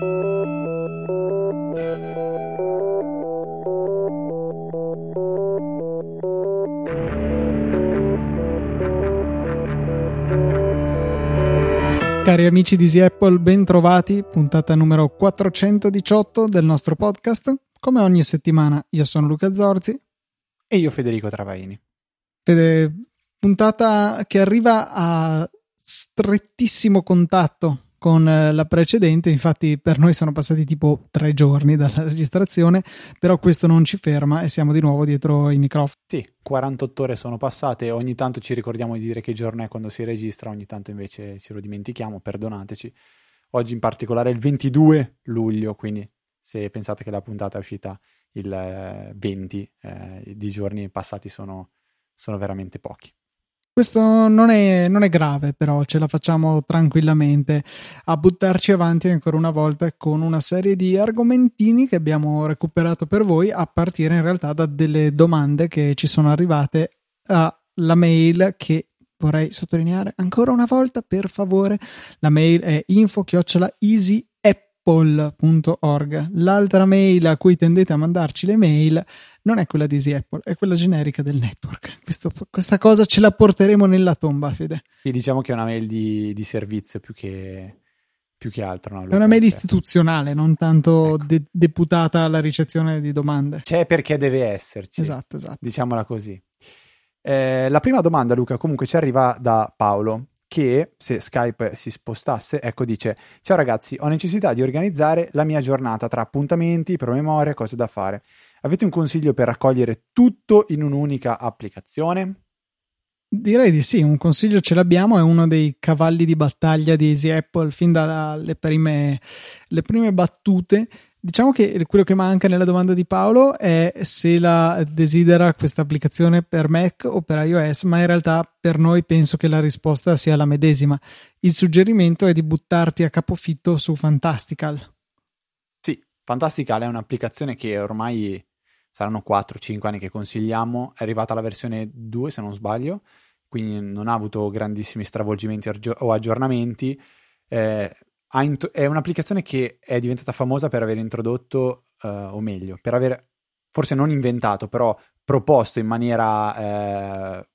Cari amici di Easy Apple, ben trovati, puntata numero 418 del nostro podcast. Come ogni settimana, io sono Luca Zorzi. E io Federico Travaini. Puntata che arriva a strettissimo contatto con la precedente, infatti per noi sono passati tipo 3 giorni dalla registrazione, però questo non ci ferma e siamo di nuovo dietro i microfoni. Sì, 48 ore sono passate, ogni tanto ci ricordiamo di dire che giorno è quando si registra, ogni tanto invece ce lo dimentichiamo, perdonateci. Oggi in particolare è il 22 luglio, quindi se pensate che la puntata è uscita il 20, di giorni passati sono veramente pochi. Questo non è grave, però ce la facciamo tranquillamente a buttarci avanti ancora una volta con una serie di argomentini che abbiamo recuperato per voi, a partire in realtà da delle domande che ci sono arrivate alla mail, che vorrei sottolineare ancora una volta, per favore. La mail è info@easyapple.org. L'altra mail a cui tendete a mandarci le mail non è quella di Easy Apple, è quella generica del network. Questa cosa ce la porteremo nella tomba, Fede. Sì, diciamo che è una mail di servizio più che altro. No? È una mail istituzionale, non tanto deputata alla ricezione di domande. C'è perché deve esserci. Esatto. Diciamola così. La prima domanda, Luca, comunque ci arriva da Paolo, che se Skype si spostasse, dice: ciao ragazzi, ho necessità di organizzare la mia giornata tra appuntamenti, promemoria, cose da fare. Avete un consiglio per raccogliere tutto in un'unica applicazione? Direi di sì, un consiglio ce l'abbiamo, è uno dei cavalli di battaglia di Easy Apple fin dalle prime battute. Diciamo che quello che manca nella domanda di Paolo è se la desidera questa applicazione per Mac o per iOS, ma in realtà per noi penso che la risposta sia la medesima. Il suggerimento è di buttarti a capofitto su Fantastical. Sì, Fantastical è un'applicazione che ormai saranno 4-5 anni che consigliamo, è arrivata la versione 2 se non sbaglio, quindi non ha avuto grandissimi stravolgimenti o aggiornamenti. È un'applicazione che è diventata famosa per aver introdotto, o meglio, per aver forse non inventato, però proposto in maniera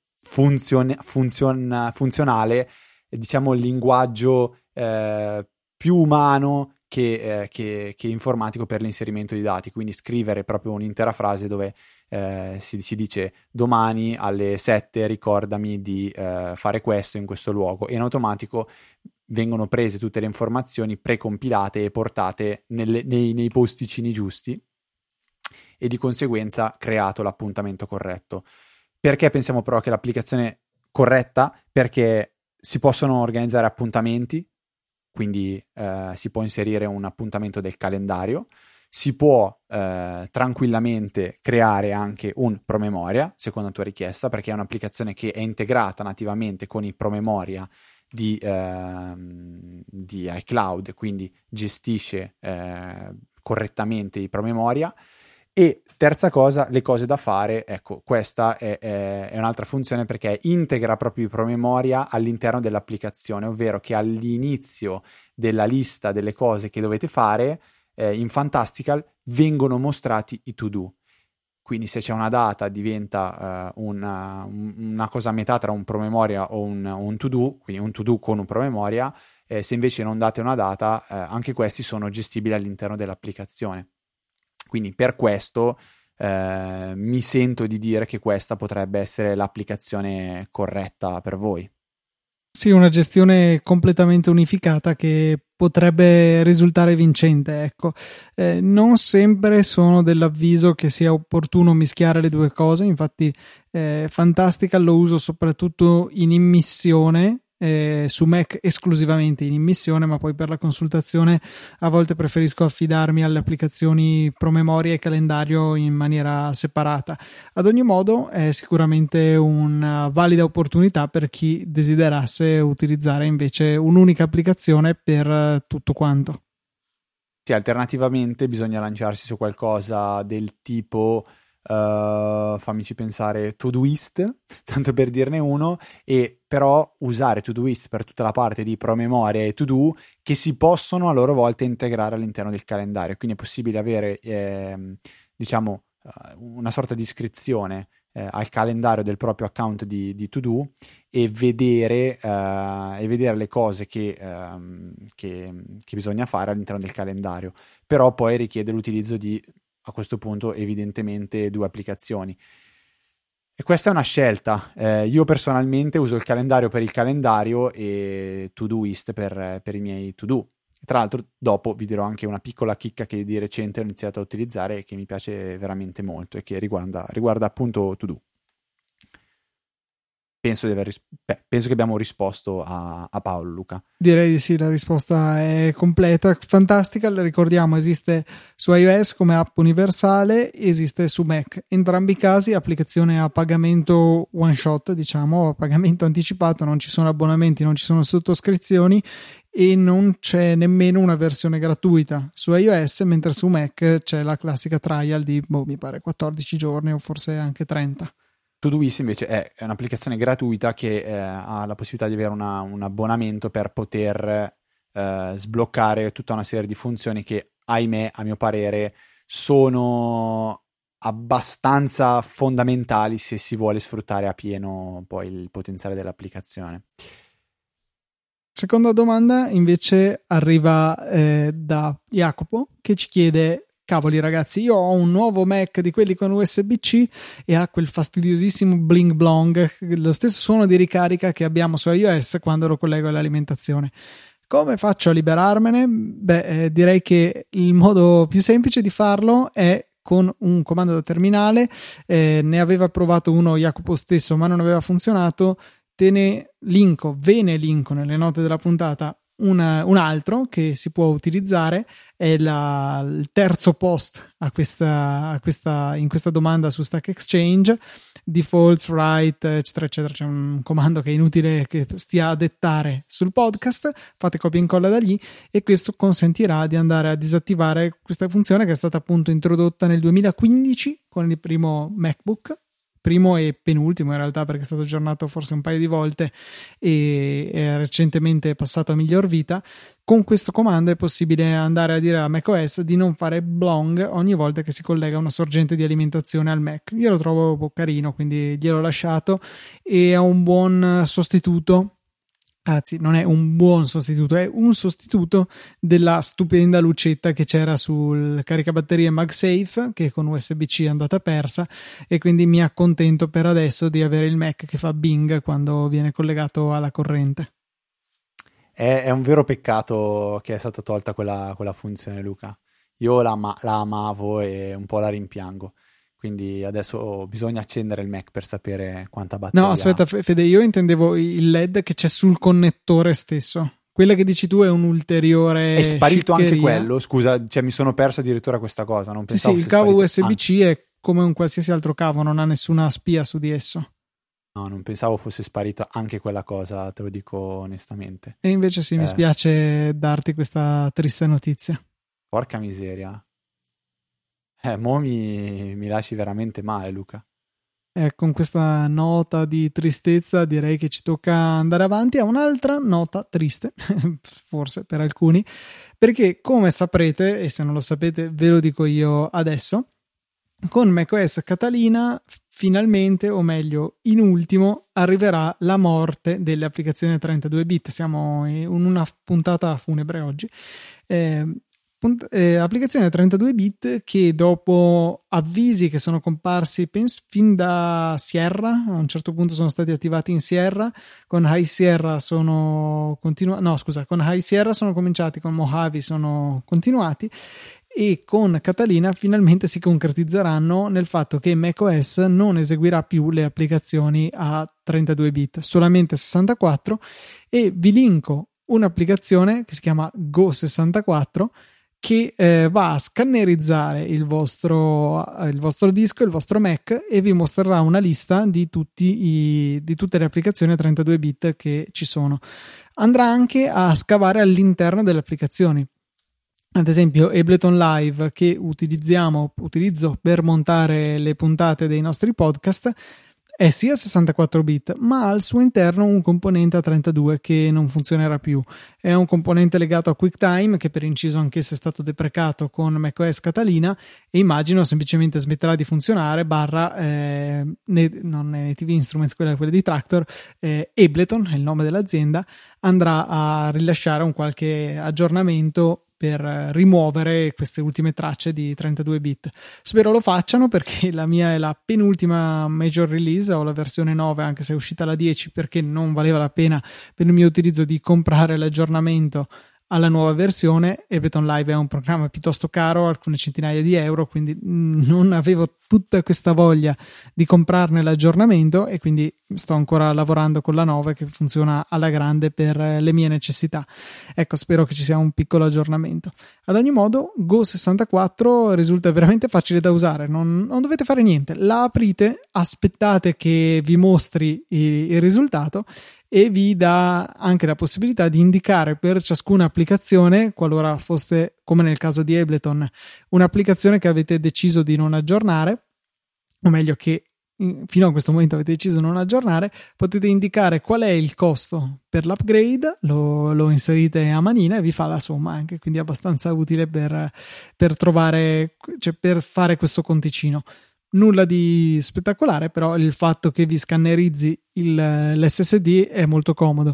funzionale, diciamo, il linguaggio più umano che informatico per l'inserimento di dati, quindi scrivere proprio un'intera frase dove si dice: domani alle 7 ricordami di fare questo in questo luogo, e in automatico vengono prese tutte le informazioni precompilate e portate nei posticini giusti, e di conseguenza creato l'appuntamento corretto. Perché pensiamo però che l'applicazione corretta? Perché si possono organizzare appuntamenti, quindi si può inserire un appuntamento del calendario, si può tranquillamente creare anche un promemoria secondo tua richiesta, perché è un'applicazione che è integrata nativamente con i promemoria di iCloud, quindi gestisce correttamente i promemoria. E terza cosa, le cose da fare. Questa è un'altra funzione, perché integra proprio i promemoria all'interno dell'applicazione, ovvero che all'inizio della lista delle cose che dovete fare in Fantastical vengono mostrati i to-do. Quindi se c'è una data diventa una cosa a metà tra un promemoria o un to-do, quindi un to-do con un promemoria. Se invece non date una data, anche questi sono gestibili all'interno dell'applicazione. Quindi per questo mi sento di dire che questa potrebbe essere l'applicazione corretta per voi. Sì, una gestione completamente unificata che potrebbe risultare vincente, ecco. Non sempre sono dell'avviso che sia opportuno mischiare le due cose, infatti Fantastical lo uso soprattutto in immissione, su Mac esclusivamente in immissione, ma poi per la consultazione a volte preferisco affidarmi alle applicazioni promemoria e calendario in maniera separata. Ad ogni modo è sicuramente una valida opportunità per chi desiderasse utilizzare invece un'unica applicazione per tutto quanto. Sì, alternativamente bisogna lanciarsi su qualcosa del tipo fammici pensare, Todoist, tanto per dirne uno, e però usare Todoist per tutta la parte di promemoria e to-do che si possono a loro volta integrare all'interno del calendario, quindi è possibile avere diciamo una sorta di iscrizione al calendario del proprio account di to-do e vedere le cose che bisogna fare all'interno del calendario, però poi richiede l'utilizzo di, a questo punto, evidentemente 2 applicazioni. E questa è una scelta. Io personalmente uso il calendario per il calendario e Todoist per i miei to-do. Tra l'altro dopo vi dirò anche una piccola chicca che di recente ho iniziato a utilizzare e che mi piace veramente molto e che riguarda appunto to-do. Penso che abbiamo risposto a Paolo, Luca. Direi di sì, la risposta è completa, fantastica. Le ricordiamo, esiste su iOS come app universale, esiste su Mac. Entrambi i casi applicazione a pagamento one shot, diciamo, a pagamento anticipato, non ci sono abbonamenti, non ci sono sottoscrizioni e non c'è nemmeno una versione gratuita su iOS, mentre su Mac c'è la classica trial di, mi pare 14 giorni o forse anche 30. Todoist invece è un'applicazione gratuita che ha la possibilità di avere un abbonamento per poter sbloccare tutta una serie di funzioni che, ahimè, a mio parere, sono abbastanza fondamentali se si vuole sfruttare a pieno poi il potenziale dell'applicazione. Seconda domanda invece arriva da Jacopo, che ci chiede: cavoli ragazzi, io ho un nuovo Mac di quelli con USB-C e ha quel fastidiosissimo bling blong, lo stesso suono di ricarica che abbiamo su iOS quando lo collego all'alimentazione. Come faccio a liberarmene? Direi che il modo più semplice di farlo è con un comando da terminale. Ne aveva provato uno Jacopo stesso, ma non aveva funzionato. Ve ne linko nelle note della puntata un altro che si può utilizzare, è il terzo post in questa domanda su Stack Exchange, defaults, write, eccetera eccetera. C'è un comando che è inutile che stia a dettare sul podcast, fate copia e incolla da lì e questo consentirà di andare a disattivare questa funzione che è stata appunto introdotta nel 2015 con il primo MacBook, primo e penultimo in realtà, perché è stato aggiornato forse un paio di volte e è recentemente passato a miglior vita. Con questo comando è possibile andare a dire a macOS di non fare blong ogni volta che si collega una sorgente di alimentazione al Mac. Io lo trovo carino, quindi gliel'ho lasciato e è un buon sostituto. Anzi, non è un buon sostituto, è un sostituto della stupenda lucetta che c'era sul caricabatterie MagSafe, che con USB-C è andata persa, e quindi mi accontento per adesso di avere il Mac che fa Bing quando viene collegato alla corrente. È un vero peccato che è stata tolta quella funzione, Luca. Io la amavo e un po' la rimpiango. Quindi adesso bisogna accendere il Mac per sapere quanta batteria. No, aspetta Fede, io intendevo il LED che c'è sul connettore stesso. Quella che dici tu è un ulteriore. È sparito sciccheria. Anche quello? Scusa, cioè mi sono perso addirittura questa cosa. Non pensavo sì, il cavo USB-C è come un qualsiasi altro cavo, non ha nessuna spia su di esso. No, non pensavo fosse sparito anche quella cosa, te lo dico onestamente. E invece sì, mi spiace darti questa triste notizia. Porca miseria. Mo mi lasci veramente male, Luca. Con questa nota di tristezza direi che ci tocca andare avanti a un'altra nota triste, forse per alcuni, perché come saprete, e se non lo sapete ve lo dico io adesso, con macOS Catalina finalmente, o meglio in ultimo, arriverà la morte delle applicazioni a 32 bit. Siamo in una puntata funebre oggi. Applicazioni a 32 bit che, dopo avvisi che sono comparsi penso fin da Sierra, a un certo punto sono stati attivati in Sierra, con High Sierra con High Sierra sono cominciati, con Mojave sono continuati e con Catalina finalmente si concretizzeranno nel fatto che macOS non eseguirà più le applicazioni a 32 bit, solamente 64, e vi linko un'applicazione che si chiama Go64 che va a scannerizzare il vostro disco, il vostro Mac, e vi mostrerà una lista di tutte le applicazioni a 32 bit che ci sono. Andrà anche a scavare all'interno delle applicazioni. ad esempio Ableton Live che utilizzo per montare le puntate dei nostri podcast, è sia 64 bit, ma ha al suo interno un componente a 32 che non funzionerà più. È un componente legato a QuickTime che per inciso anch'esso è stato deprecato con macOS Catalina e immagino semplicemente smetterà di funzionare non Native Instruments, quella di Traktor, Ableton è il nome dell'azienda, andrà a rilasciare un qualche aggiornamento per rimuovere queste ultime tracce di 32 bit. Spero lo facciano perché la mia è la penultima major release, ho la versione 9 anche se è uscita la 10 perché non valeva la pena per il mio utilizzo di comprare l'aggiornamento alla nuova versione. Ableton Live è un programma piuttosto caro, alcune centinaia di euro, quindi non avevo tutta questa voglia di comprarne l'aggiornamento e quindi sto ancora lavorando con la 9 che funziona alla grande per le mie necessità. Ecco, spero che ci sia un piccolo aggiornamento. Ad ogni modo, Go 64 risulta veramente facile da usare, non dovete fare niente, la aprite, aspettate che vi mostri il risultato e vi dà anche la possibilità di indicare per ciascuna applicazione, qualora foste, come nel caso di Ableton, un'applicazione che avete deciso di non aggiornare, o meglio che fino a questo momento avete deciso di non aggiornare, potete indicare qual è il costo per l'upgrade, lo inserite a manina e vi fa la somma anche, quindi è abbastanza utile per trovare, cioè per fare questo conticino. Nulla di spettacolare, però il fatto che vi scannerizzi l'SSD è molto comodo.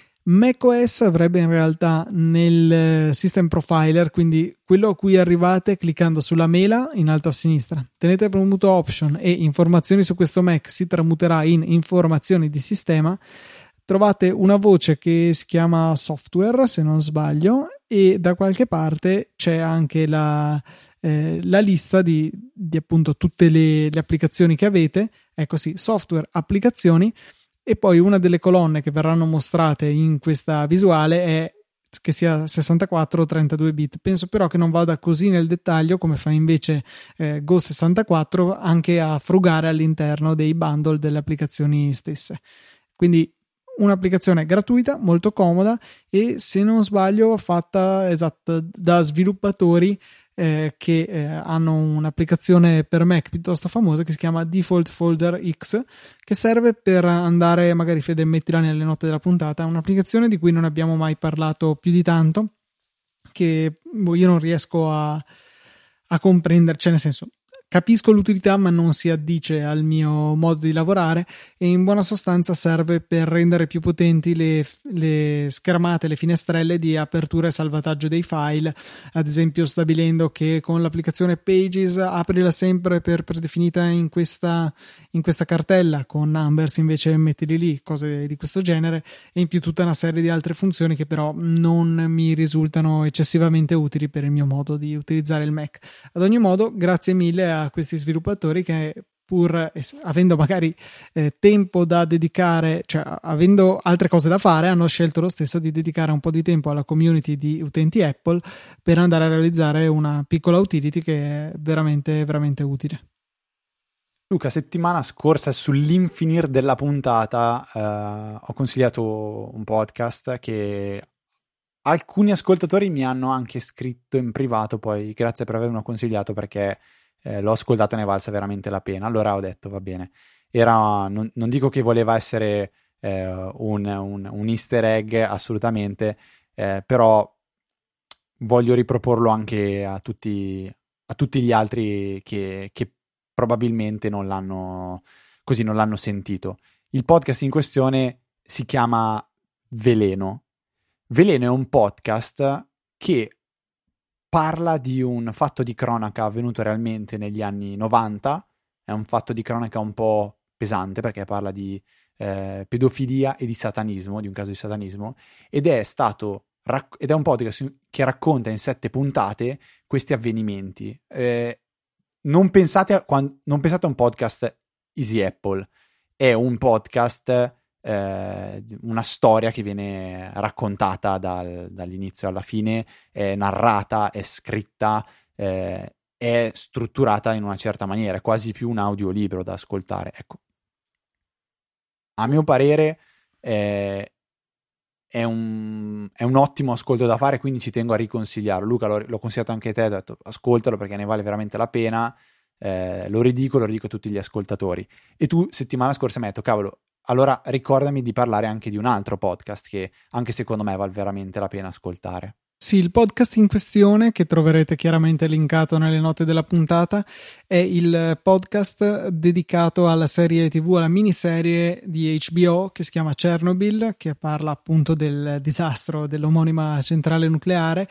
macOS avrebbe in realtà nel System Profiler, quindi quello a cui arrivate cliccando sulla mela in alto a sinistra, tenete premuto Option e informazioni su questo Mac si tramuterà in informazioni di sistema, trovate una voce che si chiama Software se non sbaglio e da qualche parte c'è anche la lista di appunto tutte le applicazioni che avete, ecco sì, Software, applicazioni, e poi una delle colonne che verranno mostrate in questa visuale è che sia 64 o 32 bit. Penso però che non vada così nel dettaglio come fa invece Go 64 anche a frugare all'interno dei bundle delle applicazioni stesse. Quindi un'applicazione gratuita, molto comoda e se non sbaglio fatta da sviluppatori che hanno un'applicazione per Mac piuttosto famosa che si chiama Default Folder X, che serve per andare, magari Fede mettila nelle note della puntata, un'applicazione di cui non abbiamo mai parlato più di tanto, che io non riesco a comprendere, cioè nel senso capisco l'utilità ma non si addice al mio modo di lavorare e in buona sostanza serve per rendere più potenti le schermate, le finestrelle di apertura e salvataggio dei file, ad esempio stabilendo che con l'applicazione Pages aprila sempre per predefinita in questa cartella, con Numbers invece mettili lì, cose di questo genere, e in più tutta una serie di altre funzioni che però non mi risultano eccessivamente utili per il mio modo di utilizzare il Mac. Ad ogni modo, grazie mille a questi sviluppatori che pur avendo magari tempo da dedicare, cioè avendo altre cose da fare, hanno scelto lo stesso di dedicare un po' di tempo alla community di utenti Apple per andare a realizzare una piccola utility che è veramente, veramente utile. Luca, settimana scorsa sull'infinir della puntata ho consigliato un podcast che alcuni ascoltatori mi hanno anche scritto in privato, poi grazie per avermelo consigliato perché l'ho ascoltato e ne è valsa veramente la pena. Allora ho detto va bene, non dico che voleva essere un easter egg assolutamente, però voglio riproporlo anche a tutti gli altri che probabilmente non l'hanno sentito. Il podcast in questione si chiama Veleno. Veleno è un podcast che parla di un fatto di cronaca avvenuto realmente negli anni 90, è un fatto di cronaca un po' pesante perché parla di pedofilia e di satanismo, di un caso di satanismo, ed è un podcast che racconta in 7 puntate questi avvenimenti. Non pensate a un podcast Easy Apple, è un podcast, una storia che viene raccontata dall'inizio alla fine, è narrata, è scritta, è strutturata in una certa maniera, è quasi più un audiolibro da ascoltare. Ecco, a mio parere è è un ottimo ascolto da fare, quindi ci tengo a riconsigliarlo. Luca, l'ho consigliato anche a te, ho detto ascoltalo perché ne vale veramente la pena. Lo ridico a tutti gli ascoltatori. E tu settimana scorsa mi hai detto, cavolo, allora ricordami di parlare anche di un altro podcast che anche secondo me vale veramente la pena ascoltare. Sì, il podcast in questione, che troverete chiaramente linkato nelle note della puntata, è il podcast dedicato alla serie TV, alla miniserie di HBO che si chiama Chernobyl, che parla appunto del disastro dell'omonima centrale nucleare.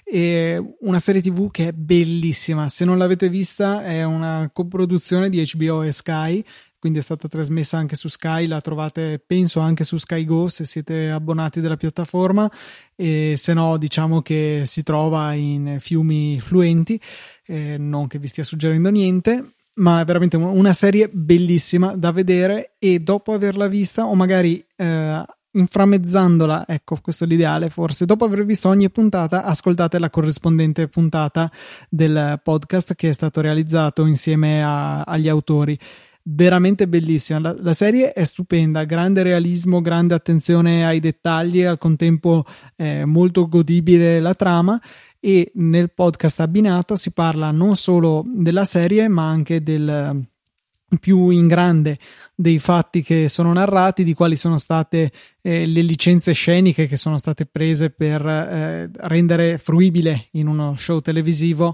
È una serie TV che è bellissima. Se non l'avete vista, è una coproduzione di HBO e Sky, quindi è stata trasmessa anche su Sky, la trovate penso anche su Sky Go se siete abbonati della piattaforma, e se no diciamo che si trova in fiumi fluenti, non che vi stia suggerendo niente, ma è veramente una serie bellissima da vedere, e dopo averla vista o magari inframmezzandola, ecco, questo è l'ideale, forse dopo aver visto ogni puntata ascoltate la corrispondente puntata del podcast che è stato realizzato insieme agli autori. Veramente bellissima, la serie è stupenda, grande realismo, grande attenzione ai dettagli, al contempo molto godibile la trama, e nel podcast abbinato si parla non solo della serie ma anche del più in grande dei fatti che sono narrati, di quali sono state le licenze sceniche che sono state prese per rendere fruibile in uno show televisivo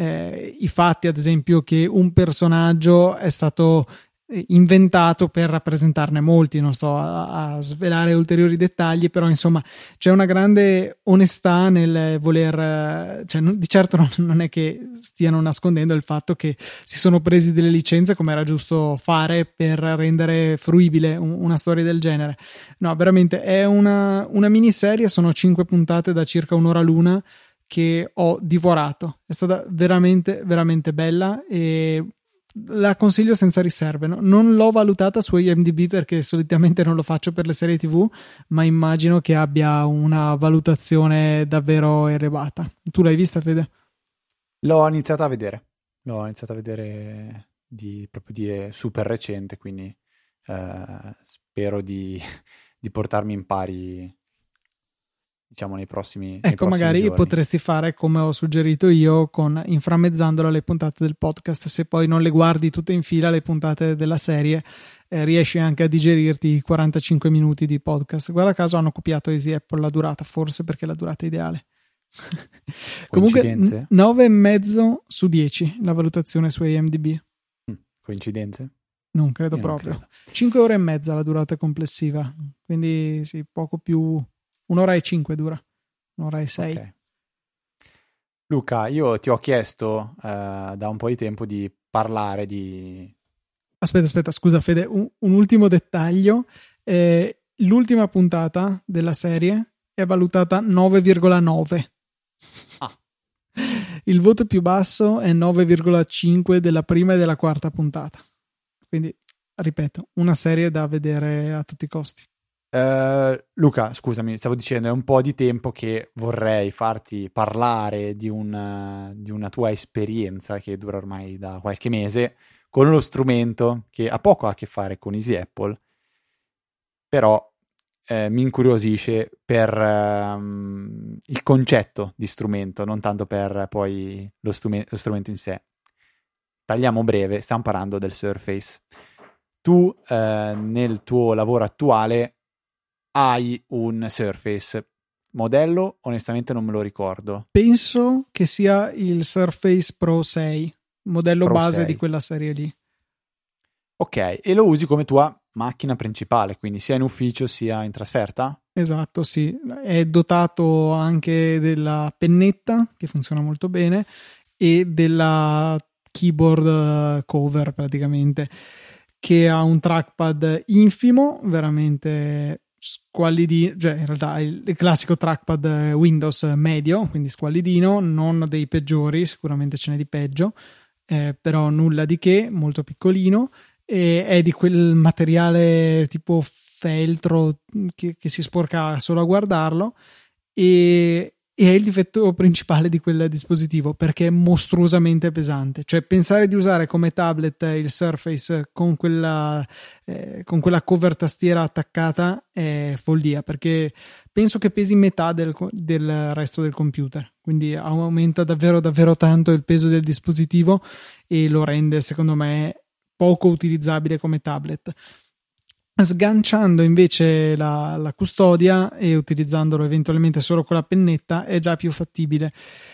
i fatti, ad esempio, che un personaggio è stato inventato per rappresentarne molti. Non sto a svelare ulteriori dettagli, però insomma c'è una grande onestà nel voler, cioè di certo non è che stiano nascondendo il fatto che si sono presi delle licenze come era giusto fare per rendere fruibile una storia del genere. No, veramente è una miniserie, sono 5 puntate da circa un'ora l'una che ho divorato, è stata veramente veramente bella e la consiglio senza riserve. Non l'ho valutata su IMDb perché solitamente non lo faccio per le serie TV, ma immagino che abbia una valutazione davvero elevata. Tu l'hai vista, Fede? L'ho iniziata a vedere proprio di super recente, quindi spero di portarmi in pari, diciamo, nei prossimi magari giorni. Potresti fare come ho suggerito io, con inframmezzandola le puntate del podcast. Se poi non le guardi tutte in fila le puntate della serie, riesci anche a digerirti i 45 minuti di podcast. Guarda caso hanno copiato Easy Apple la durata, forse perché la durata è ideale. Comunque 9,5 su 10 la valutazione su IMDb. Coincidenze? Non credo proprio. 5 ore e mezza la durata complessiva, quindi sì, poco più. 1 ora e 5 dura, 1 ora e 6. Okay. Luca, io ti ho chiesto da un po' di tempo di parlare di... Aspetta, scusa Fede, un ultimo dettaglio. L'ultima puntata della serie è valutata 9,9. Il voto più basso è 9,5 della prima e della quarta puntata. Quindi, ripeto, una serie da vedere a tutti i costi. Luca, scusami, stavo dicendo, è un po' di tempo che vorrei farti parlare di una tua esperienza che dura ormai da qualche mese con uno strumento che ha poco a che fare con Easy Apple, però mi incuriosisce per il concetto di strumento, non tanto per poi lo strumento in sé. Tagliamo breve, stiamo parlando del Surface. Tu nel tuo lavoro attuale hai un Surface. Modello onestamente non me lo ricordo. Penso che sia il Surface Pro 6, modello Pro base 6. di quella serie lì. Ok, e lo usi come tua macchina principale, quindi sia in ufficio sia in trasferta? Esatto, sì. È dotato anche della pennetta, che funziona molto bene, e della keyboard cover praticamente, che ha un trackpad infimo, veramente squallidino, cioè in realtà è il classico trackpad Windows medio, quindi squallidino, non dei peggiori, sicuramente ce n'è di peggio, però nulla di che, molto piccolino, e è di quel materiale tipo feltro che si sporca solo a guardarlo, e e è il difetto principale di quel dispositivo, perché è mostruosamente pesante. Cioè, pensare di usare come tablet il Surface con quella cover tastiera attaccata è follia, perché penso che pesi metà del resto del computer, quindi aumenta davvero davvero tanto il peso del dispositivo e lo rende, secondo me, poco utilizzabile come tablet. Sganciando invece la custodia e utilizzandolo eventualmente solo con la pennetta è già più fattibile.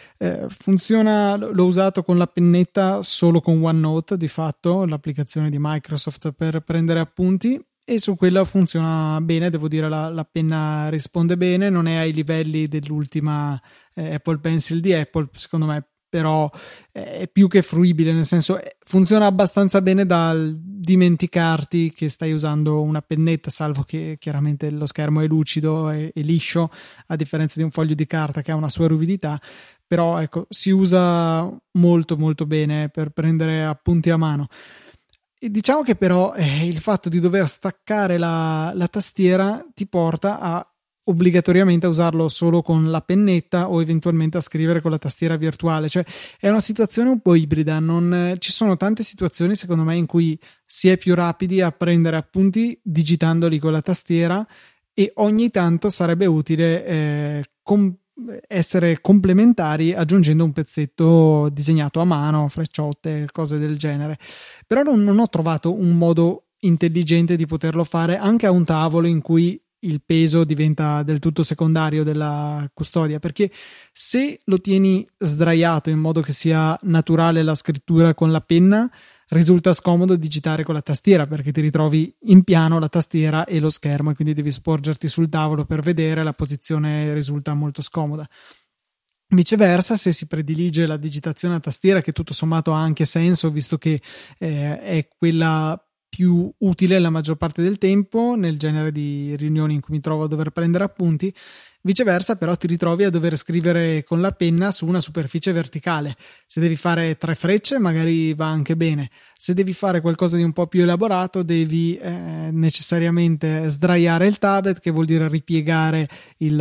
Funziona, l'ho usato con la pennetta solo con OneNote, di fatto l'applicazione di Microsoft per prendere appunti, e su quella funziona bene, devo dire. La penna risponde bene, non è ai livelli dell'ultima Apple Pencil di Apple, secondo me, però è più che fruibile, nel senso funziona abbastanza bene da dimenticarti che stai usando una pennetta, salvo che chiaramente lo schermo è lucido e liscio, a differenza di un foglio di carta che ha una sua ruvidità. Però ecco, si usa molto molto bene per prendere appunti a mano. E diciamo che però il fatto di dover staccare la tastiera ti porta a obbligatoriamente a usarlo solo con la pennetta o eventualmente a scrivere con la tastiera virtuale. Cioè è una situazione un po' ibrida. Non ci sono tante situazioni, secondo me, in cui si è più rapidi a prendere appunti digitandoli con la tastiera, e ogni tanto sarebbe utile essere complementari aggiungendo un pezzetto disegnato a mano, frecciatte, cose del genere. Però non ho trovato un modo intelligente di poterlo fare anche a un tavolo in cui il peso diventa del tutto secondario della custodia, perché se lo tieni sdraiato in modo che sia naturale la scrittura con la penna, risulta scomodo digitare con la tastiera, perché ti ritrovi in piano la tastiera e lo schermo e quindi devi sporgerti sul tavolo per vedere, la posizione risulta molto scomoda. Viceversa, se si predilige la digitazione a tastiera, che tutto sommato ha anche senso, visto che è quella più utile la maggior parte del tempo nel genere di riunioni in cui mi trovo a dover prendere appunti, viceversa però ti ritrovi a dover scrivere con la penna su una superficie verticale. Se devi fare 3 frecce magari va anche bene, se devi fare qualcosa di un po' più elaborato devi necessariamente sdraiare il tablet, che vuol dire ripiegare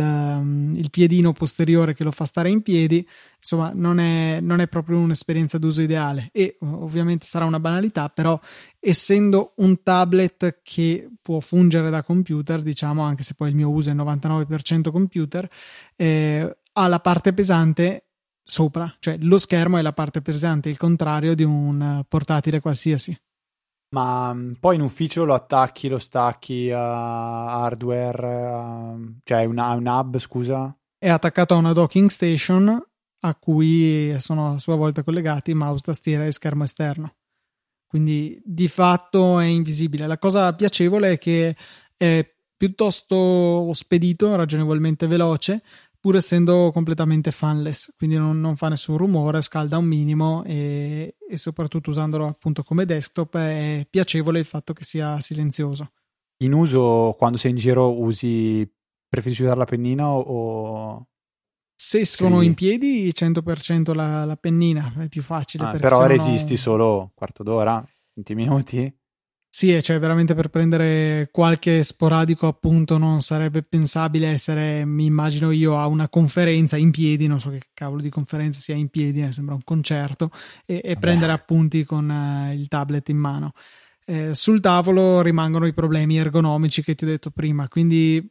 il piedino posteriore che lo fa stare in piedi. Insomma, non è proprio un'esperienza d'uso ideale, e ovviamente sarà una banalità, però essendo un tablet che può fungere da computer, diciamo, anche se poi il mio uso è 99% computer, ha la parte pesante sopra, cioè lo schermo è la parte pesante, il contrario di un portatile qualsiasi. Ma poi in ufficio lo attacchi, lo stacchi a hardware, cioè un hub, scusa? È attaccato a una docking station a cui sono a sua volta collegati mouse, tastiera e schermo esterno, quindi di fatto è invisibile. La cosa piacevole è che è piuttosto spedito, ragionevolmente veloce, pur essendo completamente fanless, quindi non fa nessun rumore, scalda un minimo e soprattutto usandolo appunto come desktop è piacevole il fatto che sia silenzioso. In uso, quando sei in giro, preferisci usare la pennina o... Se sono in piedi 100% la pennina è più facile, però resisti solo quarto d'ora, 20 minuti? Sì, cioè veramente per prendere qualche sporadico appunto non sarebbe pensabile essere, mi immagino io, a una conferenza in piedi, non so che cavolo di conferenza sia in piedi, sembra un concerto, e prendere appunti con il tablet in mano. Sul tavolo rimangono i problemi ergonomici che ti ho detto prima, quindi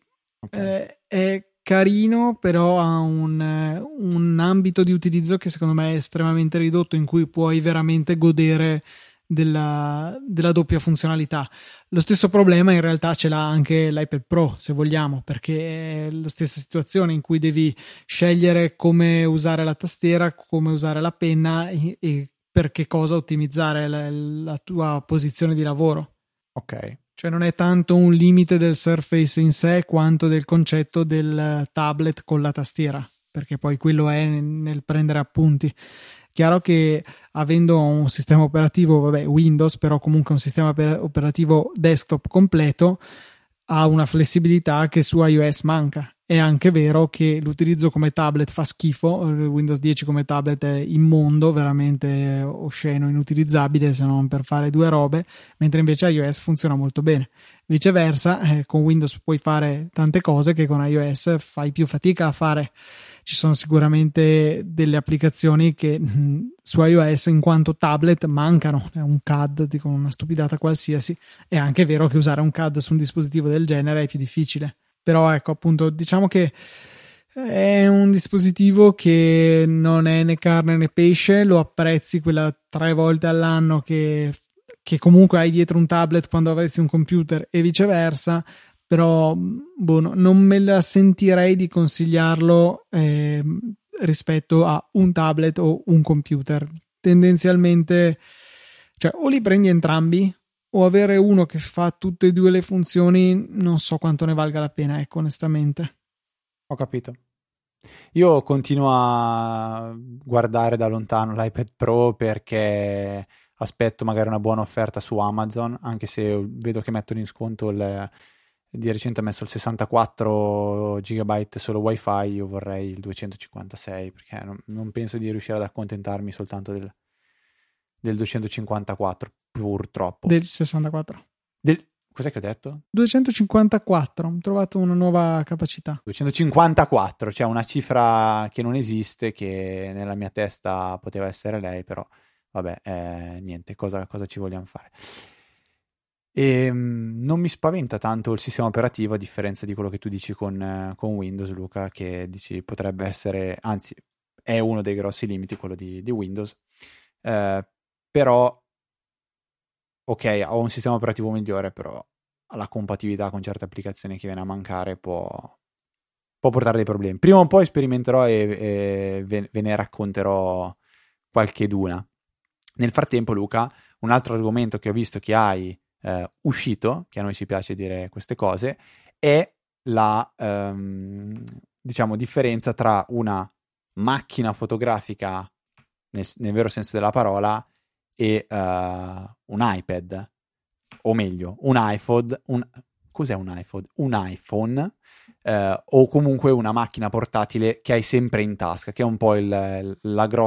è carino, però ha un ambito di utilizzo che secondo me è estremamente ridotto, in cui puoi veramente godere della doppia funzionalità. Lo stesso problema in realtà ce l'ha anche l'iPad Pro, se vogliamo, perché è la stessa situazione in cui devi scegliere come usare la tastiera, come usare la penna e per che cosa ottimizzare la tua posizione di lavoro. Ok. Cioè non è tanto un limite del Surface in sé quanto del concetto del tablet con la tastiera, perché poi quello è nel prendere appunti. Chiaro che avendo un sistema operativo, Windows, però comunque un sistema operativo desktop completo, ha una flessibilità che su iOS manca, È anche vero che l'utilizzo come tablet fa schifo, Windows 10 come tablet è immondo, veramente osceno, inutilizzabile se non per fare due robe, mentre invece iOS funziona molto bene. Viceversa, con Windows puoi fare tante cose che con iOS fai più fatica a fare. Ci sono sicuramente delle applicazioni che su iOS in quanto tablet mancano, è un CAD, dico una stupidata qualsiasi. È anche vero che usare un CAD su un dispositivo del genere è più difficile. Però ecco, appunto, diciamo che è un dispositivo che non è né carne né pesce, lo apprezzi quella 3 volte all'anno che comunque hai dietro un tablet quando avresti un computer e viceversa, però non me la sentirei di consigliarlo rispetto a un tablet o un computer. Tendenzialmente, cioè, o li prendi entrambi, o avere uno che fa tutte e due le funzioni non so quanto ne valga la pena, ecco, onestamente. Ho capito. Io continuo a guardare da lontano l'iPad Pro perché aspetto magari una buona offerta su Amazon, anche se vedo che mettono in sconto di recente ha messo il 64 GB solo wifi. Io vorrei il 256 perché non penso di riuscire ad accontentarmi soltanto del 254, purtroppo. Del 64. Cos'è che ho detto? 254, ho trovato una nuova capacità. 254, cioè una cifra che non esiste, che nella mia testa poteva essere lei, però vabbè, niente, cosa ci vogliamo fare? E non mi spaventa tanto il sistema operativo, a differenza di quello che tu dici con Windows, Luca, che dici potrebbe essere, anzi è uno dei grossi limiti quello di Windows, però ok, ho un sistema operativo migliore, però la compatibilità con certe applicazioni che viene a mancare può portare dei problemi. Prima o poi sperimenterò e ve ne racconterò qualcheduna. Nel frattempo, Luca, un altro argomento che ho visto che hai uscito, che a noi ci piace dire queste cose, è la diciamo differenza tra una macchina fotografica nel vero senso della parola e un iPad, o meglio un iPhone, cos'è un iPhone? Un iPhone o comunque una macchina portatile che hai sempre in tasca, che è un po' il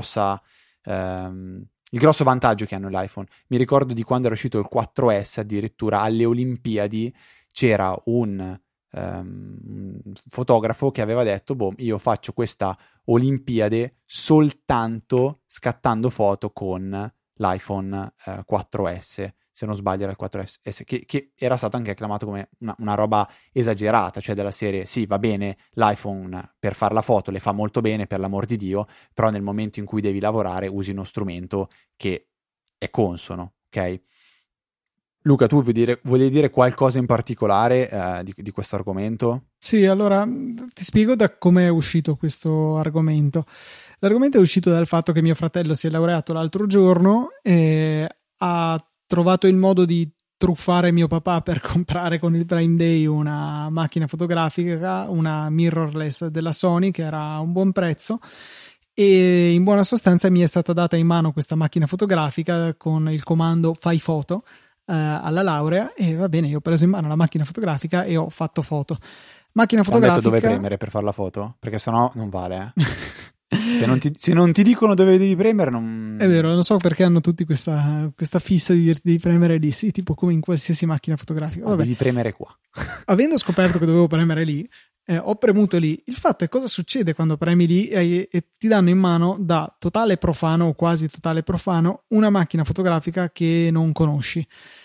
grosso vantaggio che hanno l'iPhone. Mi ricordo di quando era uscito il 4S, addirittura alle Olimpiadi c'era un fotografo che aveva detto io faccio questa Olimpiade soltanto scattando foto con l'iPhone 4S, se non sbaglio era il 4S, che era stato anche acclamato come una roba esagerata, cioè della serie sì, va bene, l'iPhone per fare la foto le fa molto bene, per l'amor di Dio, però nel momento in cui devi lavorare usi uno strumento che è consono, ok? Luca, tu vuoi dire qualcosa in particolare di questo argomento? Sì, allora ti spiego da come è uscito questo argomento. L'argomento è uscito dal fatto che mio fratello si è laureato l'altro giorno e ha trovato il modo di truffare mio papà per comprare con il Prime Day una macchina fotografica, una mirrorless della Sony, che era a un buon prezzo, e in buona sostanza mi è stata data in mano questa macchina fotografica con il comando fai foto alla laurea, e va bene, io ho preso in mano la macchina fotografica e ho fatto foto. Macchina fotografica. Ti hanno detto dove premere per fare la foto? Perché sennò non vale, Se non ti dicono dove devi premere, non... È vero, non so perché hanno tutti questa fissa di dirti di premere lì, sì, tipo come in qualsiasi macchina fotografica. Vabbè. Devi premere qua. Avendo scoperto che dovevo premere lì, ho premuto lì. Il fatto è cosa succede quando premi lì e ti danno in mano da totale profano o quasi totale profano una macchina fotografica che non conosci.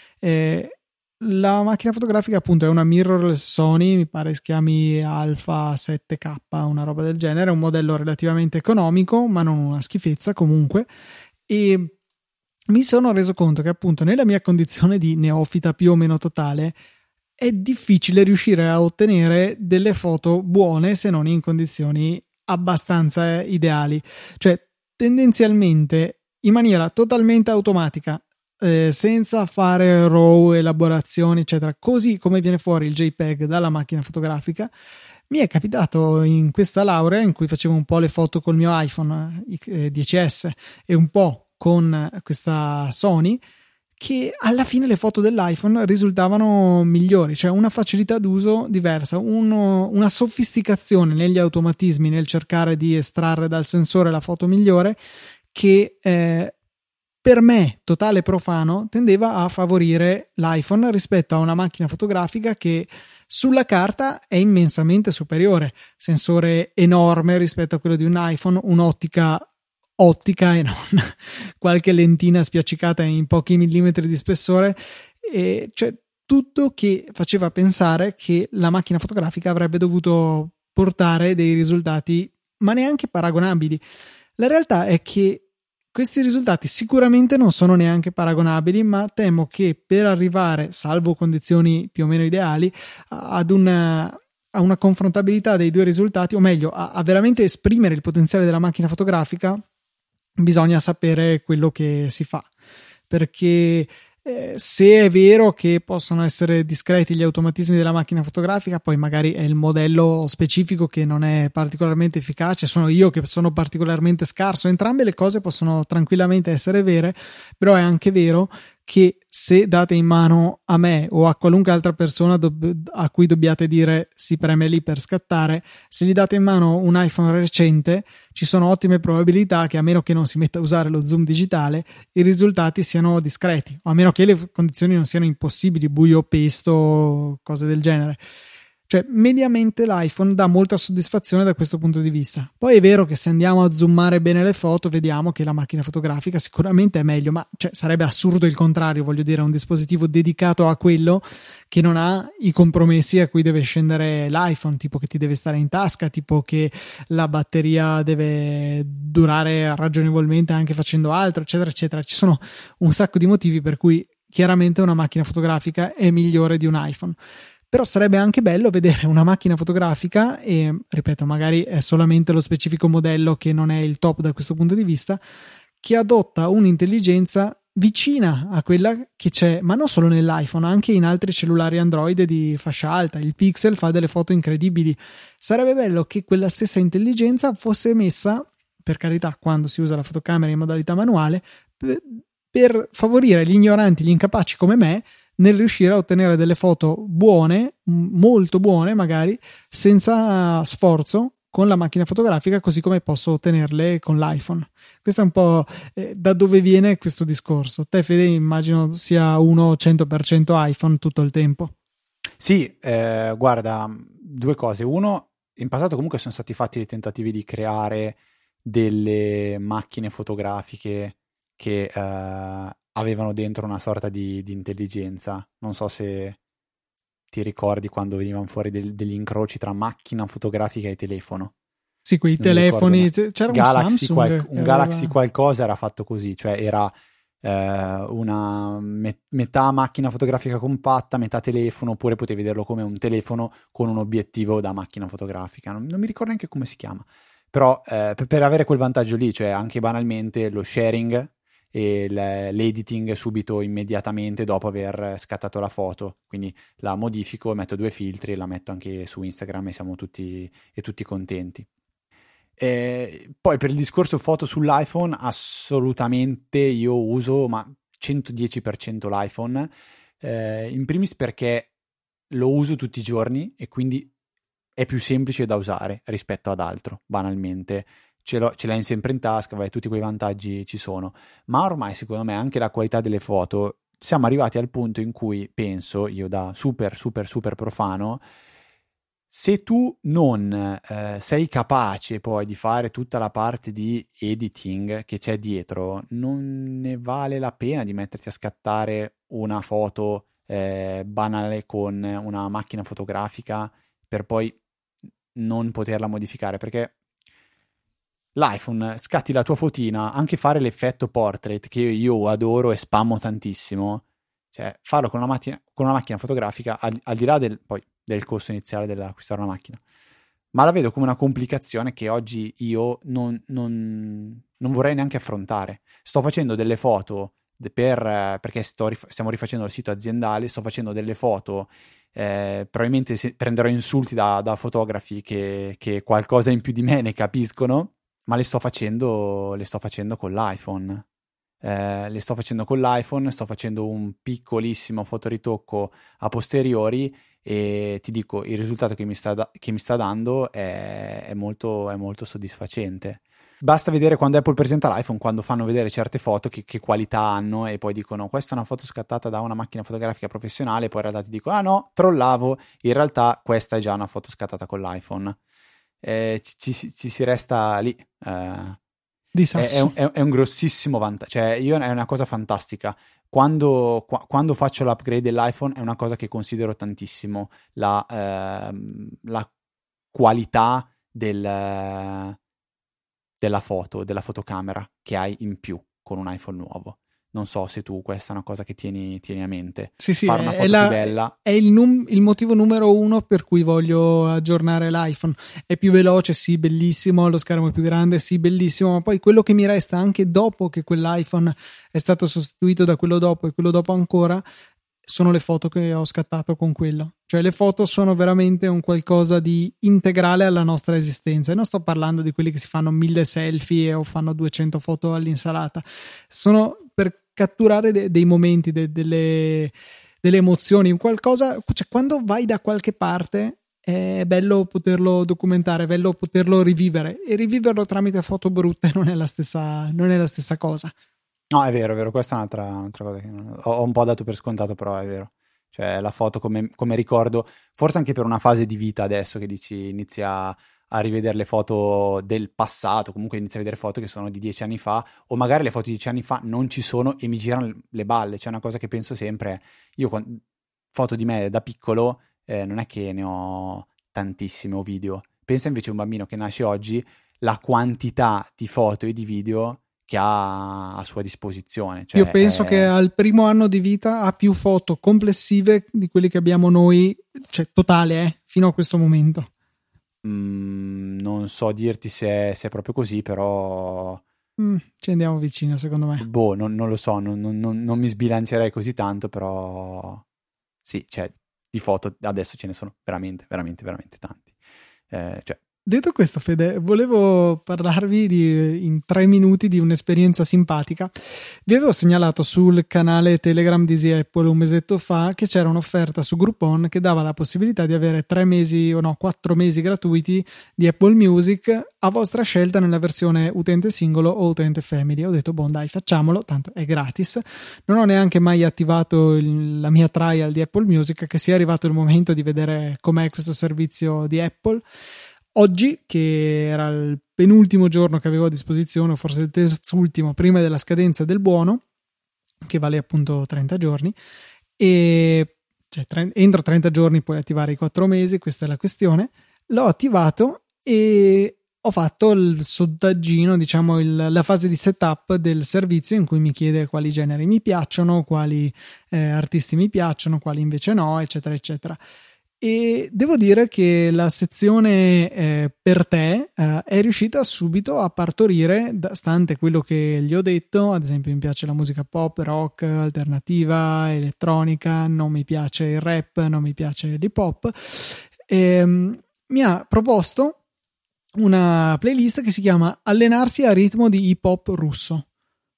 La macchina fotografica appunto è una mirrorless Sony, mi pare si chiami Alpha 7K, una roba del genere, è un modello relativamente economico ma non una schifezza comunque, e mi sono reso conto che appunto nella mia condizione di neofita più o meno totale è difficile riuscire a ottenere delle foto buone se non in condizioni abbastanza ideali, cioè tendenzialmente in maniera totalmente automatica, senza fare RAW, elaborazioni eccetera, così come viene fuori il JPEG dalla macchina fotografica. Mi è capitato in questa laurea in cui facevo un po' le foto col mio iPhone 10S e un po' con questa Sony, che alla fine le foto dell'iPhone risultavano migliori, cioè una facilità d'uso diversa, una sofisticazione negli automatismi nel cercare di estrarre dal sensore la foto migliore che per me, totale profano, tendeva a favorire l'iPhone rispetto a una macchina fotografica che sulla carta è immensamente superiore, sensore enorme rispetto a quello di un iPhone, un'ottica e non qualche lentina spiaccicata in pochi millimetri di spessore, e cioè tutto che faceva pensare che la macchina fotografica avrebbe dovuto portare dei risultati ma neanche paragonabili. La realtà è che questi risultati sicuramente non sono neanche paragonabili, ma temo che per arrivare, salvo condizioni più o meno ideali, a una confrontabilità dei due risultati, o meglio, a veramente esprimere il potenziale della macchina fotografica, bisogna sapere quello che si fa, perché se è vero che possono essere discreti gli automatismi della macchina fotografica, poi magari è il modello specifico che non è particolarmente efficace, sono io che sono particolarmente scarso. Entrambe le cose possono tranquillamente essere vere, però è anche vero che se date in mano a me o a qualunque altra persona a cui dobbiate dire si preme lì per scattare, se gli date in mano un iPhone recente, ci sono ottime probabilità che, a meno che non si metta a usare lo zoom digitale, i risultati siano discreti, o a meno che le condizioni non siano impossibili, buio, pesto, cose del genere. Cioè, mediamente l'iPhone dà molta soddisfazione da questo punto di vista. Poi è vero che se andiamo a zoomare bene le foto, vediamo che la macchina fotografica sicuramente è meglio, ma cioè, sarebbe assurdo il contrario, voglio dire, un dispositivo dedicato a quello che non ha i compromessi a cui deve scendere l'iPhone, tipo che ti deve stare in tasca, tipo che la batteria deve durare ragionevolmente anche facendo altro, eccetera, eccetera. Ci sono un sacco di motivi per cui chiaramente una macchina fotografica è migliore di un iPhone. Però sarebbe anche bello vedere una macchina fotografica, e ripeto, magari è solamente lo specifico modello che non è il top da questo punto di vista, che adotta un'intelligenza vicina a quella che c'è, ma non solo nell'iPhone, anche in altri cellulari Android di fascia alta. Il Pixel fa delle foto incredibili. Sarebbe bello che quella stessa intelligenza fosse messa, per carità, quando si usa la fotocamera in modalità manuale, per favorire gli ignoranti, gli incapaci come me, nel riuscire a ottenere delle foto buone, molto buone magari, senza sforzo con la macchina fotografica, così come posso ottenerle con l'iPhone. Questo è un po' da dove viene questo discorso. Te, Fede, immagino sia uno 100% iPhone tutto il tempo. Sì, guarda, due cose. Uno, in passato comunque sono stati fatti dei tentativi di creare delle macchine fotografiche che avevano dentro una sorta di intelligenza. Non so se ti ricordi quando venivano fuori degli incroci tra macchina fotografica e telefono. Sì, quei telefoni, c'era Galaxy, un Samsung un Galaxy qualcosa era fatto così, cioè era una metà macchina fotografica compatta, metà telefono, oppure potevi vederlo come un telefono con un obiettivo da macchina fotografica. Non mi ricordo neanche come si chiama, però per avere quel vantaggio lì, cioè anche banalmente lo sharing e l'editing subito, immediatamente dopo aver scattato la foto, quindi la modifico, metto due filtri e la metto anche su Instagram e siamo tutti contenti. Poi per il discorso foto sull'iPhone, assolutamente io uso 110% l'iPhone, in primis perché lo uso tutti i giorni e quindi è più semplice da usare rispetto ad altro, banalmente. Ce l'hai sempre in tasca, tutti quei vantaggi ci sono, ma ormai secondo me anche la qualità delle foto, siamo arrivati al punto in cui penso, io da super profano, se tu non sei capace poi di fare tutta la parte di editing che c'è dietro, non ne vale la pena di metterti a scattare una foto banale con una macchina fotografica per poi non poterla modificare, perché l'iPhone, scatti la tua fotina, anche fare l'effetto portrait che io adoro e spammo tantissimo, cioè farlo con una macchina fotografica, al di là del costo iniziale dell'acquistare una macchina, ma la vedo come una complicazione che oggi io non vorrei neanche affrontare. Sto facendo delle foto perché stiamo rifacendo il sito aziendale, sto facendo delle foto, probabilmente prenderò insulti da fotografi che qualcosa in più di me ne capiscono, ma le sto facendo con l'iPhone. le sto facendo con l'iPhone, sto facendo un piccolissimo fotoritocco a posteriori e ti dico, il risultato che mi sta dando è molto soddisfacente. Basta vedere quando Apple presenta l'iPhone, quando fanno vedere certe foto che qualità hanno e poi dicono questa è una foto scattata da una macchina fotografica professionale, poi in realtà ti dicono ah no, trollavo, in realtà questa è già una foto scattata con l'iPhone. Ci si resta lì. Di sasso. È un grossissimo vantaggio, cioè è una cosa fantastica. Quando faccio l'upgrade dell'iPhone è una cosa che considero tantissimo, la qualità della foto, della fotocamera che hai in più con un iPhone nuovo. Non so se tu questa è una cosa che tieni a mente. Sì, fare una foto più bella. È il motivo numero uno per cui voglio aggiornare l'iPhone. È più veloce, sì, bellissimo, lo schermo è più grande, sì, bellissimo, ma poi quello che mi resta anche dopo che quell'iPhone è stato sostituito da quello dopo e quello dopo ancora sono le foto che ho scattato con quello. Cioè le foto sono veramente un qualcosa di integrale alla nostra esistenza e non sto parlando di quelli che si fanno 1000 selfie o fanno 200 foto all'insalata. Sono per catturare dei momenti, delle emozioni, un qualcosa, cioè quando vai da qualche parte è bello poterlo documentare, è bello poterlo rivivere e riviverlo tramite foto brutte non è la stessa cosa. No, è vero, questa è un'altra cosa che ho un po' dato per scontato, però è vero. Cioè la foto come ricordo, forse anche per una fase di vita adesso che dici inizia a rivedere le foto del passato, comunque inizia a vedere foto che sono di 10 anni fa, o magari le foto di 10 anni fa non ci sono e mi girano le balle. Cioè una cosa che penso sempre, io foto di me da piccolo non è che ne ho tantissime o video. Pensa invece a un bambino che nasce oggi, la quantità di foto e di video che ha a sua disposizione. Cioè, io penso che al primo anno di vita ha più foto complessive di quelle che abbiamo noi, cioè totale, fino a questo momento. Non so dirti se è proprio così, però ci andiamo vicino, secondo me. Non lo so, non mi sbilancerei così tanto, però sì, cioè di foto adesso ce ne sono veramente tanti. Cioè, detto questo, Fede, volevo parlarvi in 3 minuti di un'esperienza simpatica. Vi avevo segnalato sul canale Telegram di Easy Apple un mesetto fa che c'era un'offerta su Groupon che dava la possibilità di avere 4 mesi gratuiti di Apple Music a vostra scelta nella versione utente singolo o utente family. Ho detto, dai, facciamolo, tanto è gratis. Non ho neanche mai attivato la mia trial di Apple Music, che sia arrivato il momento di vedere com'è questo servizio di Apple. Oggi, che era il penultimo giorno che avevo a disposizione, o forse il terzultimo, prima della scadenza del buono, che vale appunto 30 giorni, e cioè, entro 30 giorni puoi attivare i 4 mesi, questa è la questione, l'ho attivato e ho fatto il sondaggino, diciamo la fase di setup del servizio in cui mi chiede quali generi mi piacciono, quali artisti mi piacciono, quali invece no, eccetera, eccetera. E devo dire che la sezione per te è riuscita subito a partorire, stante quello che gli ho detto. Ad esempio, mi piace la musica pop, rock, alternativa, elettronica, non mi piace il rap, non mi piace l'hip hop. Mi ha proposto una playlist che si chiama Allenarsi a ritmo di hip hop russo.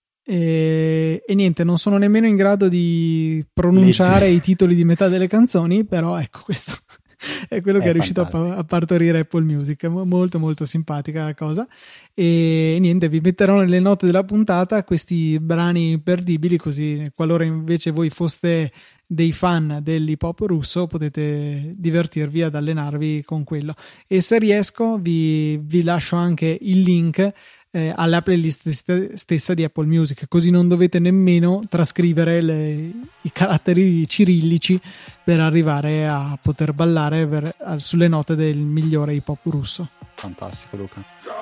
E niente, non sono nemmeno in grado di pronunciare i titoli di metà delle canzoni, però ecco, questo è quello che è riuscito a partorire Apple Music. Molto molto simpatica la cosa. E niente, vi metterò nelle note della puntata questi brani imperdibili, così qualora invece voi foste dei fan dell'hip hop russo potete divertirvi ad allenarvi con quello. E se riesco vi lascio anche il link alla playlist stessa di Apple Music, così non dovete nemmeno trascrivere i caratteri cirillici per arrivare a poter ballare sulle note del migliore hip hop russo. Fantastico, Luca.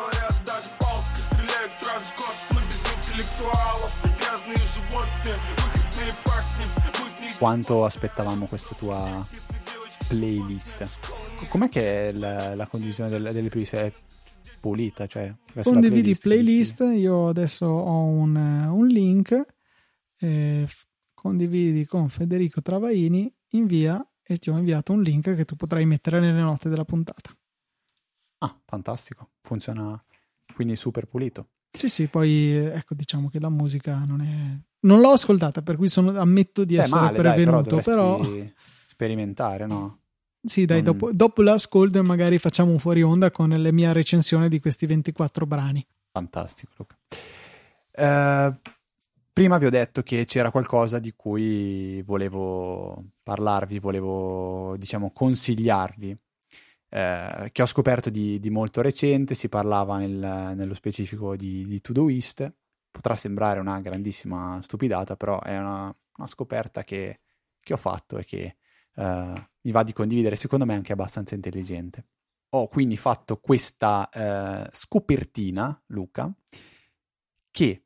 Quanto aspettavamo questa tua playlist? Com'è che è la condivisione delle playlist è pulita? Cioè, condividi playlist, io adesso ho un link, condividi con Federico Travaini, invia, e ti ho inviato un link che tu potrai mettere nelle note della puntata. Ah, fantastico, funziona quindi super pulito. Sì, poi ecco, diciamo che la musica non l'ho ascoltata, per cui ammetto di essere male, prevenuto, dai, però però dovresti sperimentare, no? sì, dai, Non... dopo l'ascolto e magari facciamo un fuori onda con la mia recensione di questi 24 brani. Fantastico, Luca. Prima vi ho detto che c'era qualcosa di cui volevo parlarvi, volevo, diciamo, consigliarvi, che ho scoperto di molto recente. Si parlava nello specifico di Todoist. Potrà sembrare una grandissima stupidata, però è una scoperta che ho fatto e che mi va di condividere, secondo me anche abbastanza intelligente. Ho quindi fatto questa scopertina, Luca, che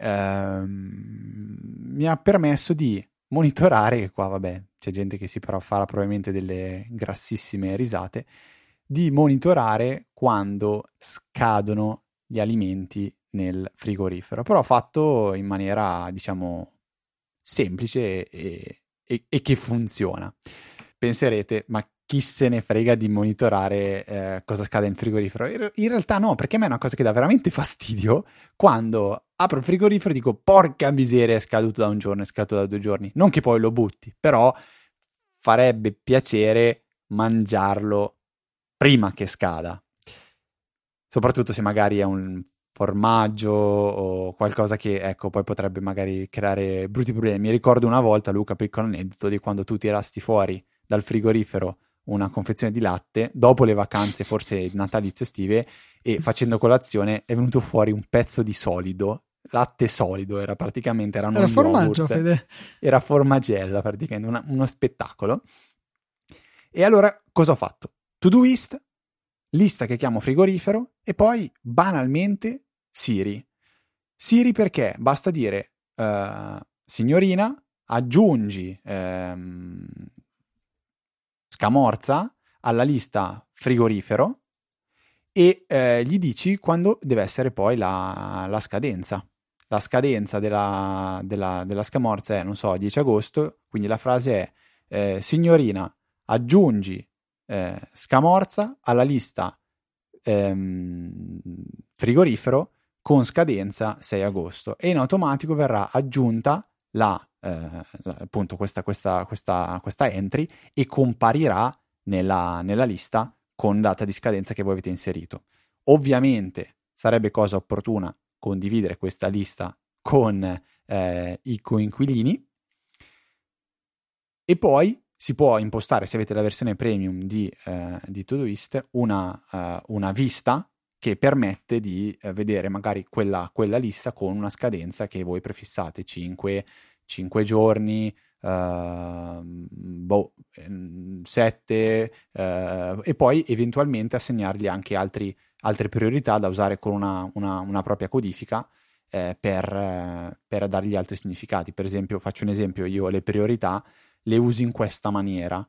mi ha permesso di monitorare, qua vabbè, c'è gente che farà probabilmente delle grassissime risate, di monitorare quando scadono gli alimenti nel frigorifero, però fatto in maniera, diciamo, semplice e che funziona. Penserete, ma chi se ne frega di monitorare cosa scade in frigorifero? In realtà no, perché a me è una cosa che dà veramente fastidio quando apro il frigorifero e dico porca miseria, è scaduto da un giorno, è scaduto da 2 giorni. Non che poi lo butti, però farebbe piacere mangiarlo prima che scada. Soprattutto se magari è un formaggio o qualcosa che, ecco, poi potrebbe magari creare brutti problemi. Mi ricordo una volta, Luca, piccolo aneddoto, di quando tu tirasti fuori dal frigorifero una confezione di latte dopo le vacanze, forse natalizie estive, e facendo colazione è venuto fuori un pezzo di solido, latte solido, era praticamente, era uno formaggio, yogurt, Fede. era formagella praticamente, uno spettacolo. E allora cosa ho fatto? Todoist, lista che chiamo frigorifero e poi banalmente Siri. Siri perché basta dire signorina, aggiungi scamorza alla lista frigorifero e gli dici quando deve essere poi la scadenza. La scadenza della scamorza è, non so, 10 agosto, quindi la frase è signorina, aggiungi scamorza alla lista frigorifero con scadenza 6 agosto e in automatico verrà aggiunta appunto questa entry e comparirà nella lista con data di scadenza che voi avete inserito. Ovviamente sarebbe cosa opportuna condividere questa lista con i coinquilini e poi si può impostare, se avete la versione premium di Todoist, una vista che permette di vedere magari quella lista con una scadenza che voi prefissate, 5 giorni, 7, e poi eventualmente assegnargli anche altre priorità da usare con una propria codifica per dargli altri significati. Per esempio, faccio un esempio, io le priorità le uso in questa maniera.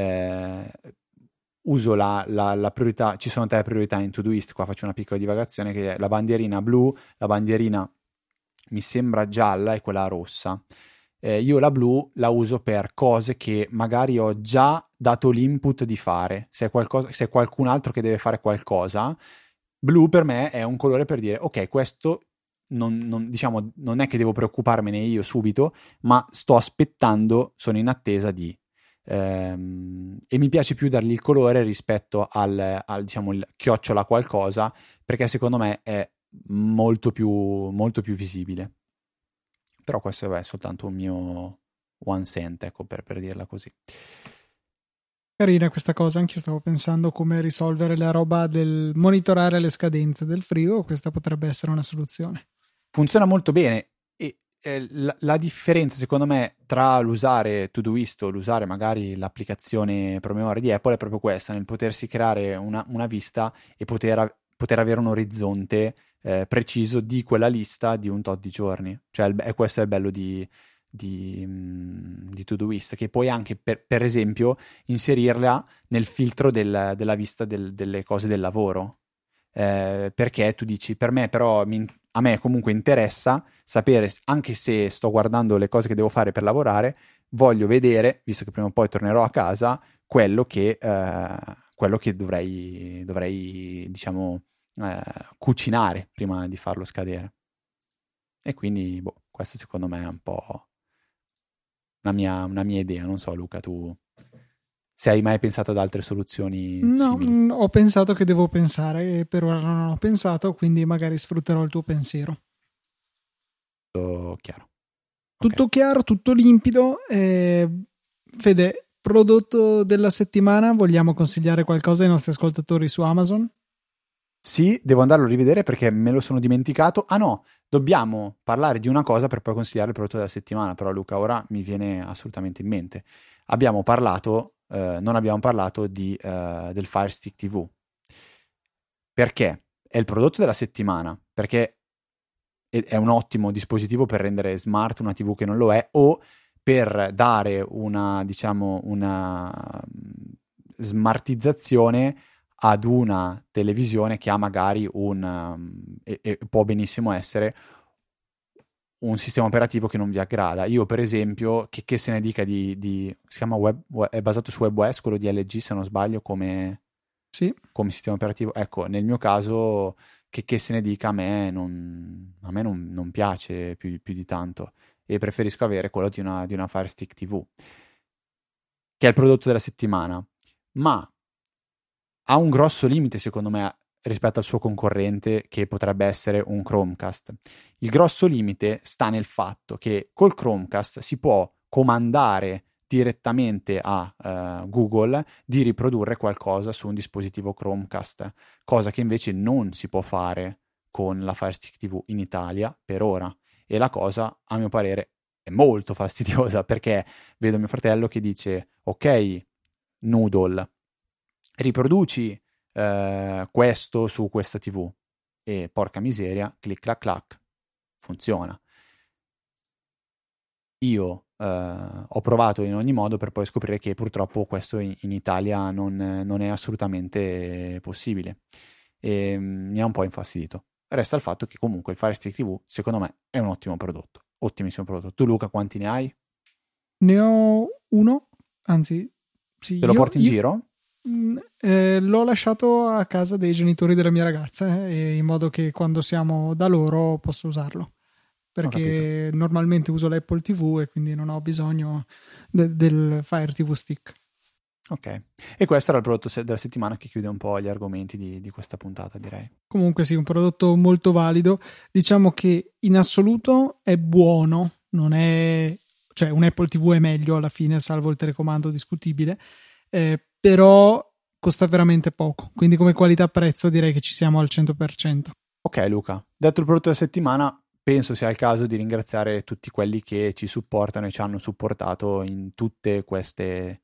Uso la priorità, ci sono 3 priorità in Todoist, qua faccio una piccola divagazione, che è la bandierina blu, la bandierina mi sembra gialla e quella rossa. Io la blu la uso per cose che magari ho già dato l'input di fare. Se è qualcun altro che deve fare qualcosa, blu per me è un colore per dire ok, questo diciamo, non è che devo preoccuparmene io subito, ma sto aspettando, sono in attesa di e mi piace più dargli il colore rispetto al diciamo il chiocciola qualcosa, perché secondo me è molto più visibile. Però questo è soltanto un mio one cent, ecco, per dirla così. Carina questa cosa, anche io stavo pensando come risolvere la roba del monitorare le scadenze del frigo, questa potrebbe essere una soluzione. Funziona molto bene e la differenza secondo me tra l'usare Todoist o l'usare magari l'applicazione promemoria di Apple è proprio questa, nel potersi creare una vista e poter avere un orizzonte preciso di quella lista di un tot di giorni. Cioè questo è il bello di Todoist, che puoi anche per esempio inserirla nel filtro della vista delle cose del lavoro, perché tu dici per me però a me comunque interessa sapere, anche se sto guardando le cose che devo fare per lavorare, voglio vedere, visto che prima o poi tornerò a casa, quello che dovrei diciamo cucinare prima di farlo scadere. E quindi questo secondo me è un po' una mia idea. Non so, Luca, tu se hai mai pensato ad altre soluzioni simili? No, ho pensato che devo pensare, e per ora non ho pensato, quindi magari sfrutterò il tuo pensiero. Tutto chiaro. Tutto chiaro, tutto limpido. Fede, prodotto della settimana, vogliamo consigliare qualcosa ai nostri ascoltatori su Amazon? Sì, devo andarlo a rivedere perché me lo sono dimenticato. Ah no, dobbiamo parlare di una cosa per poi consigliare il prodotto della settimana, però Luca ora mi viene assolutamente in mente. Non abbiamo parlato del Fire Stick TV. Perché? È il prodotto della settimana, perché è un ottimo dispositivo per rendere smart una TV che non lo è, o per dare una smartizzazione ad una televisione che ha magari e può benissimo essere un sistema operativo che non vi aggrada. Io per esempio, che se ne dica si chiama è basato su WebOS, quello di LG se non sbaglio, come sistema operativo. Ecco, nel mio caso che se ne dica, a me non piace più di tanto, e preferisco avere quello di una Fire Stick TV, che è il prodotto della settimana, ma ha un grosso limite secondo me rispetto al suo concorrente, che potrebbe essere un Chromecast. Il grosso limite sta nel fatto che col Chromecast si può comandare direttamente a Google di riprodurre qualcosa su un dispositivo Chromecast, cosa che invece non si può fare con la Fire Stick TV in Italia per ora. E la cosa, a mio parere, è molto fastidiosa, perché vedo mio fratello che dice: ok, Noodle, riproduci questo su questa TV, e porca miseria, clic clac clac, funziona. Io ho provato in ogni modo per poi scoprire che purtroppo questo in Italia non è assolutamente possibile, e mi ha un po' infastidito. Resta il fatto che comunque il Fire Stick TV secondo me è un ottimo prodotto, ottimissimo prodotto. Tu Luca quanti ne hai? Ne ho uno, anzi sì, Te lo porti in giro? L'ho lasciato a casa dei genitori della mia ragazza, in modo che quando siamo da loro posso usarlo, perché normalmente uso l'Apple TV e quindi non ho bisogno del Fire TV Stick. Ok, e questo era il prodotto della settimana, che chiude un po' gli argomenti di questa puntata, direi. Comunque sì, un prodotto molto valido. Diciamo che in assoluto è buono, non è, cioè un Apple TV è meglio alla fine, salvo il telecomando discutibile, però costa veramente poco, quindi come qualità-prezzo direi che ci siamo al 100%. Ok Luca, detto il prodotto della settimana, penso sia il caso di ringraziare tutti quelli che ci supportano e ci hanno supportato in tutte queste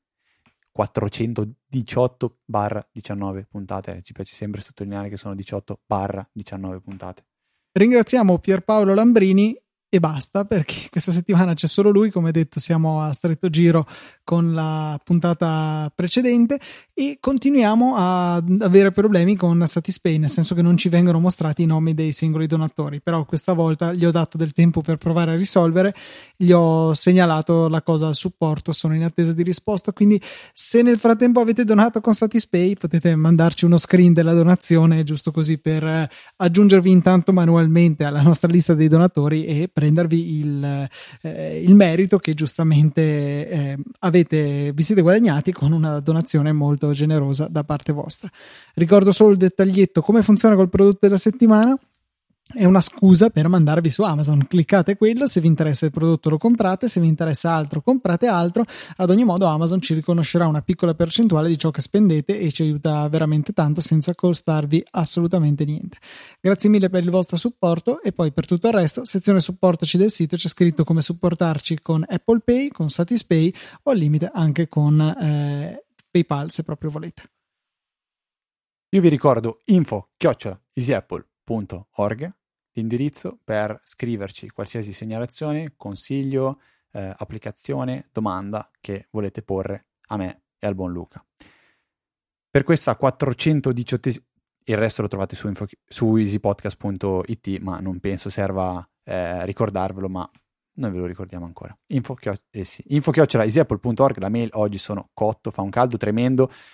418/19 puntate. Ci piace sempre sottolineare che sono 18/19 puntate. Ringraziamo Pierpaolo Lambrini e basta, perché questa settimana c'è solo lui. Come detto, siamo a stretto giro con la puntata precedente e continuiamo ad avere problemi con Satispay, nel senso che non ci vengono mostrati i nomi dei singoli donatori, però questa volta gli ho dato del tempo per provare a risolvere, gli ho segnalato la cosa al supporto, sono in attesa di risposta, quindi se nel frattempo avete donato con Satispay potete mandarci uno screen della donazione, giusto così per aggiungervi intanto manualmente alla nostra lista dei donatori e prendervi il merito che giustamente vi siete guadagnati con una donazione molto generosa da parte vostra. Ricordo solo il dettaglietto: come funziona col prodotto della settimana. È una scusa per mandarvi su Amazon, cliccate quello, se vi interessa il prodotto lo comprate, se vi interessa altro comprate altro. Ad ogni modo Amazon ci riconoscerà una piccola percentuale di ciò che spendete e ci aiuta veramente tanto senza costarvi assolutamente niente. Grazie mille per il vostro supporto, e poi per tutto il resto, sezione supportaci del sito, c'è scritto come supportarci con Apple Pay, con Satispay o al limite anche con PayPal se proprio volete. Io vi ricordo info@easyapple.org, l'indirizzo per scriverci qualsiasi segnalazione, consiglio, applicazione, domanda che volete porre a me e al buon Luca. Per questa 418, il resto lo trovate su easypodcast.it, ma non penso serva ricordarvelo, ma noi ve lo ricordiamo ancora. Info@easyapple.org, la mail. Oggi sono cotto, fa un caldo tremendo.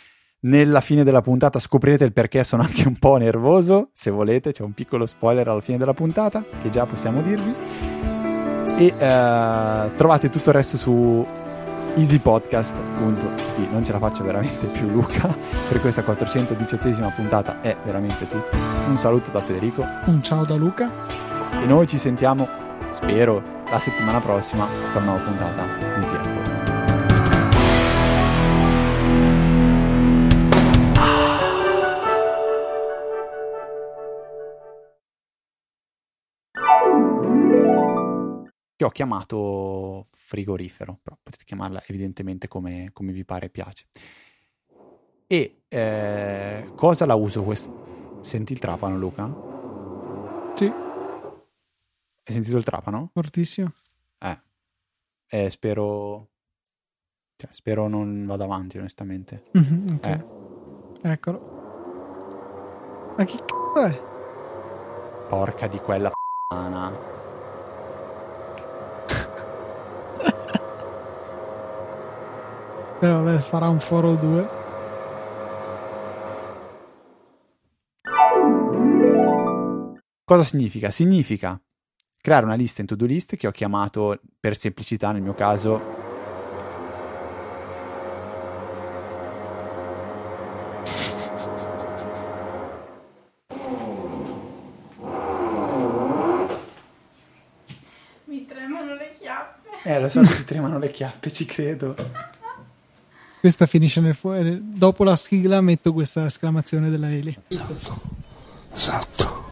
Nella fine della puntata scoprirete il perché sono anche un po' nervoso, se volete, c'è un piccolo spoiler alla fine della puntata, che già possiamo dirvi. E trovate tutto il resto su easypodcast.it. Non ce la faccio veramente più, Luca, per questa 418esima puntata è veramente tutto. Un saluto da Federico. Un ciao da Luca. E noi ci sentiamo, spero, la settimana prossima con una nuova puntata di Easy Apple. Che ho chiamato frigorifero, però potete chiamarla evidentemente come vi pare e piace. E cosa la uso questo? Senti il trapano, Luca? Sì. Hai sentito il trapano? Fortissimo. Spero non vada avanti, onestamente. Mm-hmm, ok. Eccolo. Ma che c***o è? Porca di quella p***ana. Vabbè, farà un foro 2. Cosa significa? Significa creare una lista in to-do list che ho chiamato, per semplicità nel mio caso, mi tremano le chiappe. Lo so che ti tremano le chiappe, ci credo. Questa finisce nel fuori. Dopo la sigla metto questa esclamazione della Eli. Esatto.